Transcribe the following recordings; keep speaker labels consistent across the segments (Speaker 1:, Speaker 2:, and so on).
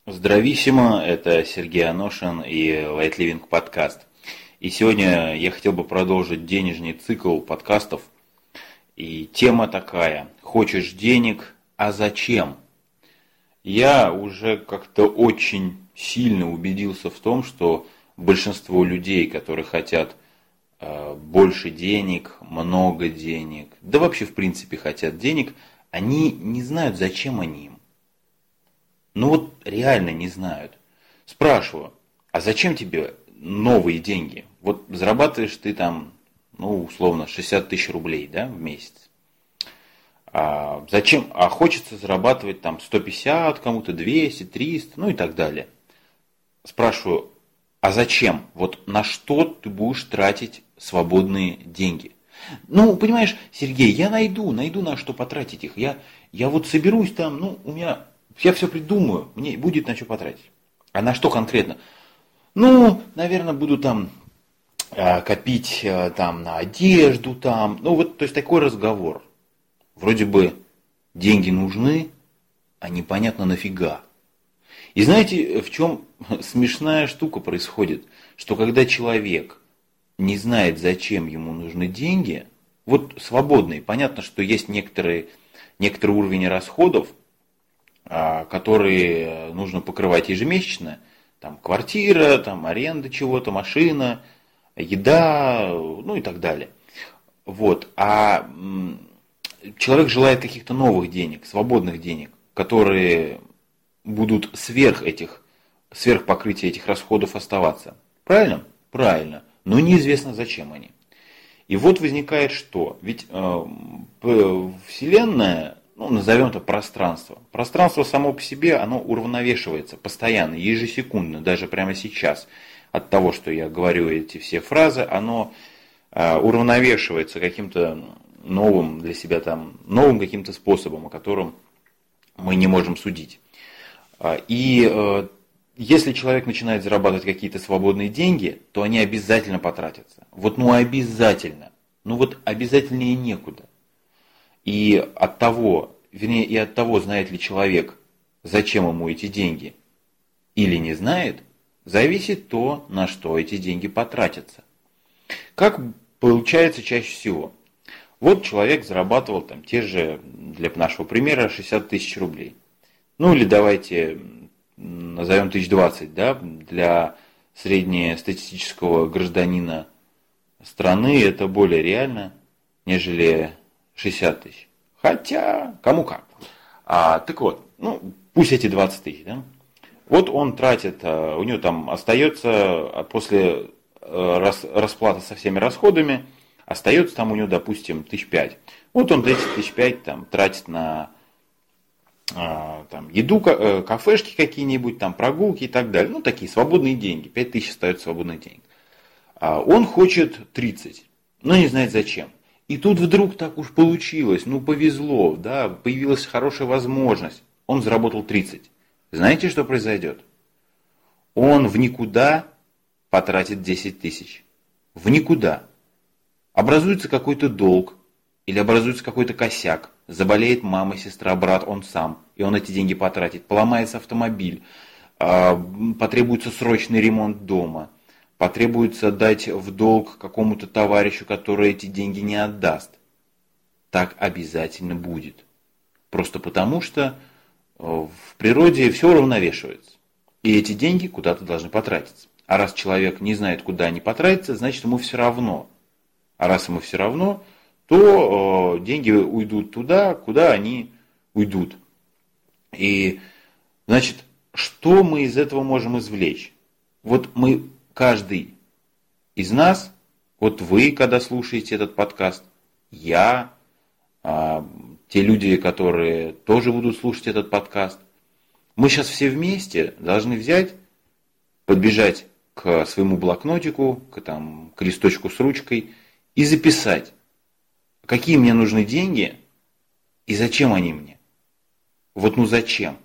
Speaker 1: Здрависсимо, это Сергей Аношин и Light Living подкаст. И сегодня я хотел бы продолжить денежный цикл подкастов. И тема такая: хочешь денег, а зачем? Я уже как-то очень сильно убедился в том, что большинство людей, которые хотят больше денег, много денег, да вообще в принципе хотят денег, они не знают, зачем они им. Ну вот реально не знают. Спрашиваю, а зачем тебе новые деньги? Вот зарабатываешь ты там, условно, 60 тысяч рублей, да, в месяц. А зачем? А хочется зарабатывать там 150, кому-то 200, 300, ну и так далее. Спрашиваю, а зачем? Вот на что ты будешь тратить свободные деньги? Ну, понимаешь, Сергей, я найду на что потратить их. Я вот соберусь там, я все придумаю, мне будет на что потратить. А на что конкретно? Ну, наверное, буду там копить там на одежду там. То есть такой разговор. Вроде бы деньги нужны, а непонятно нафига. И знаете, в чем смешная штука происходит? Что когда человек не знает, зачем ему нужны деньги, вот свободные, понятно, что есть некоторый уровень расходов, которые нужно покрывать ежемесячно, там квартира, там аренда чего-то, машина, еда, и так далее. Вот. А человек желает каких-то новых денег, свободных денег, которые будут сверх покрытия этих расходов оставаться. Правильно? Правильно. Но неизвестно, зачем они. И вот возникает что? Ведь Вселенная, назовем это пространство. Пространство само по себе, оно уравновешивается постоянно, ежесекундно, даже прямо сейчас. От того, что я говорю эти все фразы, оно уравновешивается каким-то новым для себя новым каким-то способом, о котором мы не можем судить. И если человек начинает зарабатывать какие-то свободные деньги, то они обязательно потратятся. Обязательно. Обязательнее некуда. И от того, знает ли человек, зачем ему эти деньги, или не знает, зависит то, на что эти деньги потратятся. Как получается чаще всего? Вот человек зарабатывал те же, для нашего примера, 60 тысяч рублей. Или давайте назовем 1020, да, для среднестатистического гражданина страны это более реально, нежели 60 тысяч. Хотя, кому как. Так вот, пусть эти 20 тысяч, да. Вот он тратит, у него там остается после расплаты со всеми расходами, остается там у него, допустим, 5 тысяч. Вот он эти 5 тысяч тратит на еду, кафешки какие-нибудь, прогулки и так далее. Такие свободные деньги. 5 тысяч остаются свободных денег. Он хочет 30, но не знает зачем. И тут вдруг так уж получилось, повезло, да, появилась хорошая возможность. Он заработал 30. Знаете, что произойдет? Он в никуда потратит 10 тысяч. В никуда. Образуется какой-то долг, или образуется какой-то косяк. Заболеет мама, сестра, брат, он сам, и он эти деньги потратит. Поломается автомобиль, потребуется срочный ремонт дома. Потребуется дать в долг какому-то товарищу, который эти деньги не отдаст. Так обязательно будет. Просто потому, что в природе все уравновешивается. И эти деньги куда-то должны потратиться. А раз человек не знает, куда они потратятся, значит ему все равно. А раз ему все равно, то деньги уйдут туда, куда они уйдут. И, значит, что мы из этого можем извлечь? Каждый из нас, вы, когда слушаете этот подкаст, я, те люди, которые тоже будут слушать этот подкаст, мы сейчас все вместе должны подбежать к своему блокнотику, к листочку с ручкой и записать, какие мне нужны деньги и зачем они мне. Зачем?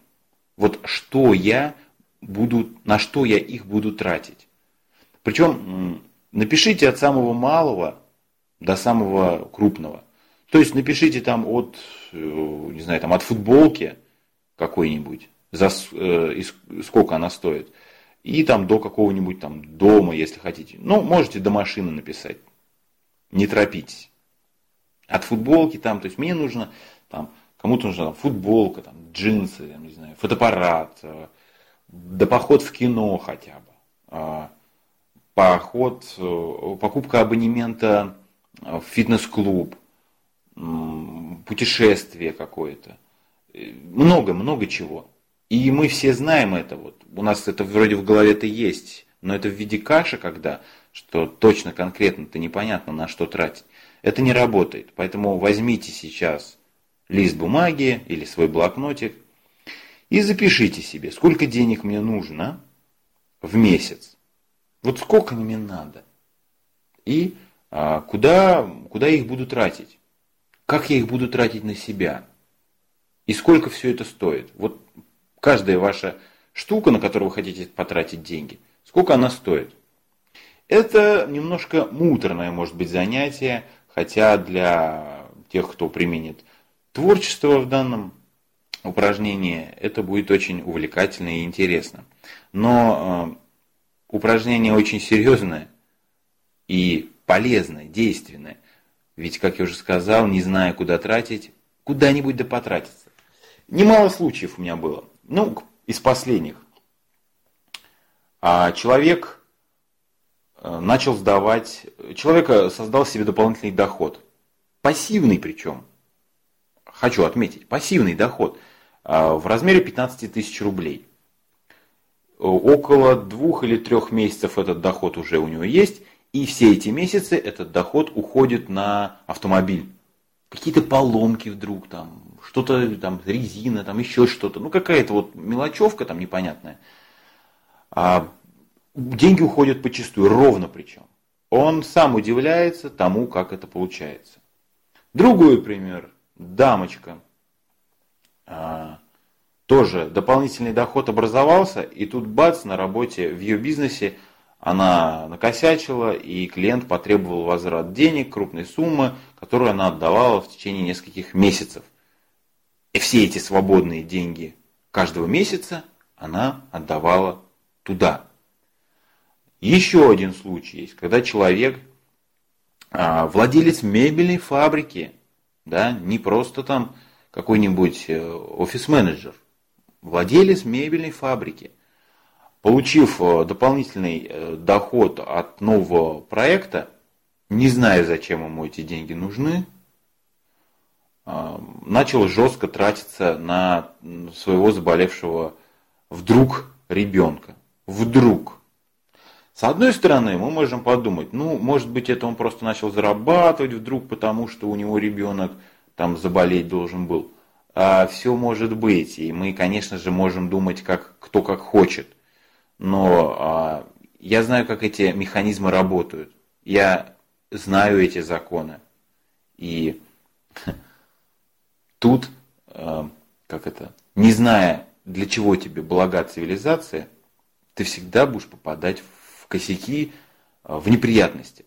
Speaker 1: На что я их буду тратить. Причем напишите от самого малого до самого крупного. То есть напишите от футболки какой-нибудь, сколько она стоит. И там до какого-нибудь там дома, если хотите. Ну, можете до машины написать. Не торопитесь. От футболки там, то есть мне нужно, там, кому-то нужна там, футболка, там, джинсы, я не знаю, фотоаппарат, да поход в кино хотя бы. Покупка абонемента в фитнес-клуб, путешествие какое-то. Много чего. И мы все знаем это. Вот. У нас это вроде в голове-то есть, но это в виде каши, когда, что точно, конкретно-то непонятно, на что тратить. Это не работает. Поэтому возьмите сейчас лист бумаги или свой блокнотик и запишите себе, сколько денег мне нужно в месяц. Вот сколько мне надо. И куда я их буду тратить. Как я их буду тратить на себя. И сколько все это стоит. Вот каждая ваша штука, на которую вы хотите потратить деньги, сколько она стоит. Это немножко муторное, может быть, занятие, хотя для тех, кто применит творчество в данном упражнении, это будет очень увлекательно и интересно. Но упражнение очень серьезное и полезное, действенное. Ведь, как я уже сказал, не зная, куда тратить, куда-нибудь да потратиться. Немало случаев у меня было. Ну, из последних. Человек создал себе дополнительный доход. Пассивный причем. Хочу отметить, пассивный доход в размере 15 тысяч рублей. Около 2 или 3 месяцев этот доход уже у него есть. И все эти месяцы этот доход уходит на автомобиль. Какие-то поломки вдруг там. Что-то там, резина, там еще что-то. Ну, какая-то вот мелочевка там непонятная. Деньги уходят почистую, ровно причем. Он сам удивляется тому, как это получается. Другой пример. Дамочка. Тоже дополнительный доход образовался, и тут бац, на работе в ее бизнесе она накосячила, и клиент потребовал возврат денег, крупной суммы, которую она отдавала в течение нескольких месяцев. И все эти свободные деньги каждого месяца она отдавала туда. Еще один случай есть, когда человек, владелец мебельной фабрики, да, не просто там какой-нибудь офис-менеджер, владелец мебельной фабрики, получив дополнительный доход от нового проекта, не зная, зачем ему эти деньги нужны, начал жестко тратиться на своего заболевшего вдруг ребенка. Вдруг. С одной стороны, мы можем подумать, ну, может быть, это он просто начал зарабатывать вдруг, потому что у него ребенок там заболеть должен был. Все может быть, и мы, конечно же, можем думать, кто как хочет. Но я знаю, как эти механизмы работают. Я знаю эти законы. И тут, не зная, для чего тебе блага цивилизация, ты всегда будешь попадать в косяки, в неприятности.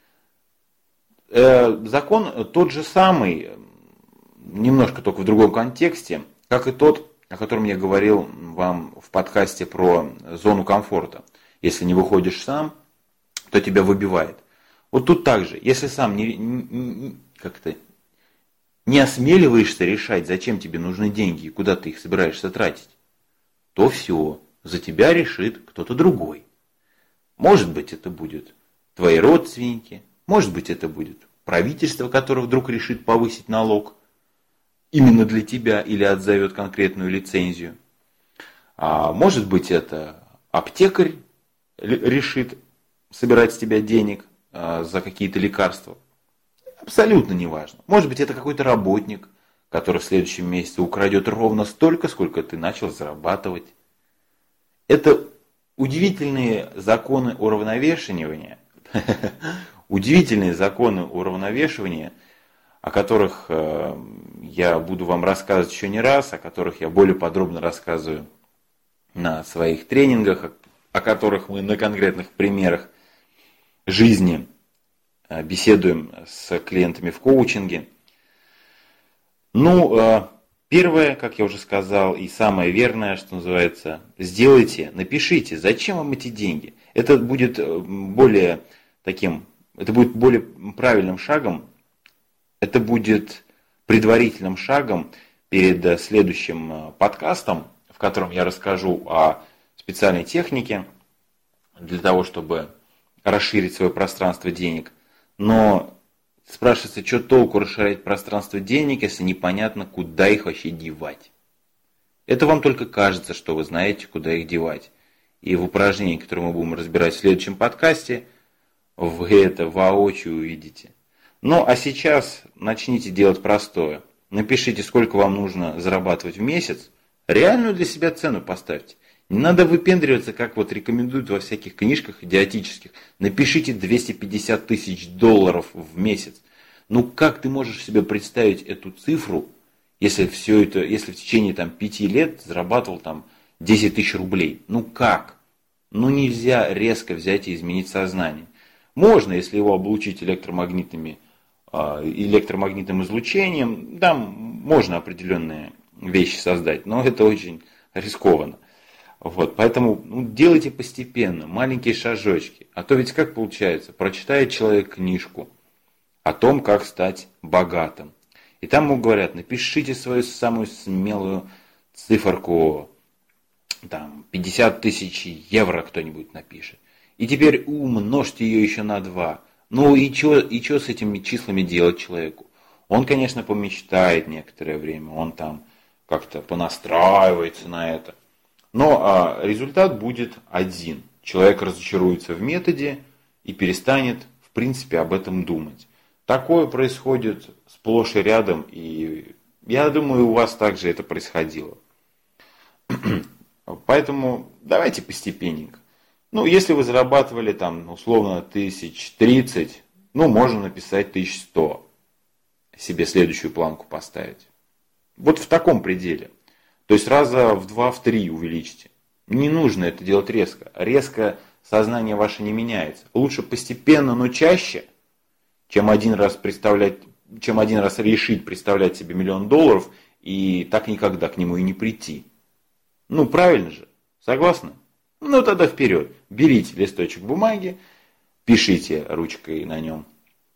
Speaker 1: Закон тот же самый, немножко только в другом контексте, как и тот, о котором я говорил вам в подкасте про зону комфорта. Если не выходишь сам, то тебя выбивает. Вот тут также, если сам не осмеливаешься решать, зачем тебе нужны деньги и куда ты их собираешься тратить, то все, за тебя решит кто-то другой. Может быть, это будут твои родственники, может быть, это будет правительство, которое вдруг решит повысить налог именно для тебя или отзовет конкретную лицензию. А может быть, это аптекарь решит собирать с тебя денег за какие-то лекарства. Абсолютно неважно. Может быть, это какой-то работник, который в следующем месяце украдет ровно столько, сколько ты начал зарабатывать. Это удивительные законы уравновешивания, о которых я буду вам рассказывать еще не раз, о которых я более подробно рассказываю на своих тренингах, о которых мы на конкретных примерах жизни беседуем с клиентами в коучинге. Первое, как я уже сказал, и самое верное, что называется, сделайте, напишите, зачем вам эти деньги. Это будет более правильным шагом, это будет предварительным шагом перед следующим подкастом, в котором я расскажу о специальной технике для того, чтобы расширить свое пространство денег. Но спрашивается, что толку расширять пространство денег, если непонятно, куда их вообще девать. Это вам только кажется, что вы знаете, куда их девать. И в упражнении, которое мы будем разбирать в следующем подкасте, вы это воочию увидите. Ну, а сейчас начните делать простое. Напишите, сколько вам нужно зарабатывать в месяц. Реальную для себя цену поставьте. Не надо выпендриваться, как вот рекомендуют во всяких книжках идиотических. Напишите $250 тысяч в месяц. Ну как ты можешь себе представить эту цифру, если в течение 5 лет зарабатывал 10 тысяч рублей? Ну как? Ну нельзя резко взять и изменить сознание. Можно, если его облучить электромагнитным излучением, да, можно определенные вещи создать, но это очень рискованно. Вот, поэтому делайте постепенно, маленькие шажочки. А то ведь как получается, прочитает человек книжку о том, как стать богатым. И там ему говорят, напишите свою самую смелую циферку, 50 тысяч евро кто-нибудь напишет. И теперь умножьте ее еще на 2. Ну и что с этими числами делать человеку? Он, конечно, помечтает некоторое время, он как-то понастраивается на это. Но результат будет один. Человек разочаруется в методе и перестанет, в принципе, об этом думать. Такое происходит сплошь и рядом, и я думаю, у вас также это происходило. Поэтому давайте постепенненько. Ну, если вы зарабатывали условно 1030, можно написать 1100. Себе следующую планку поставить. Вот в таком пределе. То есть раза в 2-3 увеличьте. Не нужно это делать резко. Резко сознание ваше не меняется. Лучше постепенно, но чаще, чем один раз решить представлять себе $1 миллион и так никогда к нему и не прийти. Ну, правильно же? Согласны? Ну, тогда вперед. Берите листочек бумаги, пишите ручкой на нем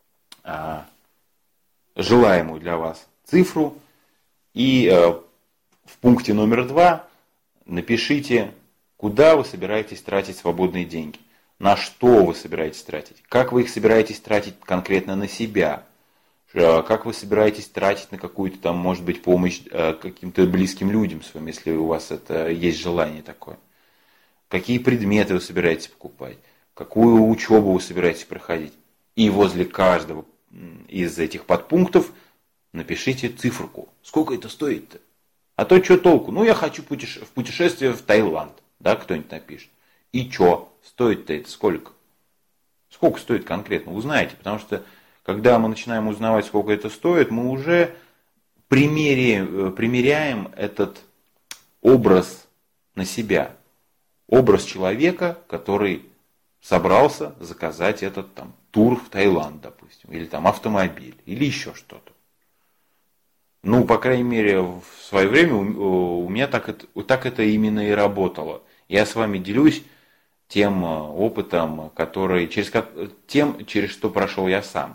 Speaker 1: желаемую для вас цифру и в пункте номер 2 напишите, куда вы собираетесь тратить свободные деньги, на что вы собираетесь тратить, как вы их собираетесь тратить конкретно на себя, как вы собираетесь тратить на какую-то может быть, помощь каким-то близким людям своим, если у вас это есть желание такое. Какие предметы вы собираетесь покупать, какую учебу вы собираетесь проходить. И возле каждого из этих подпунктов напишите циферку. Сколько это стоит-то? А то что толку? Я хочу в путешествие в Таиланд. Да, кто-нибудь напишет. И что? Стоит-то это сколько? Сколько стоит конкретно? Узнаете. Потому что, когда мы начинаем узнавать, сколько это стоит, мы уже примеряем этот образ на себя. Образ человека, который собрался заказать этот тур в Таиланд, допустим. Или автомобиль. Или еще что-то. По крайней мере, в свое время у меня так это именно и работало. Я с вами делюсь тем опытом, через что прошел я сам.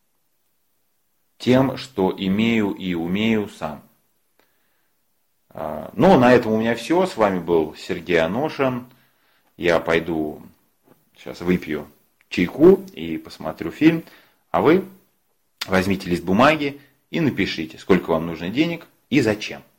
Speaker 1: Тем, что имею и умею сам. На этом у меня все. С вами был Сергей Аношин. Я пойду сейчас выпью чайку и посмотрю фильм. А вы возьмите лист бумаги и напишите, сколько вам нужно денег и зачем.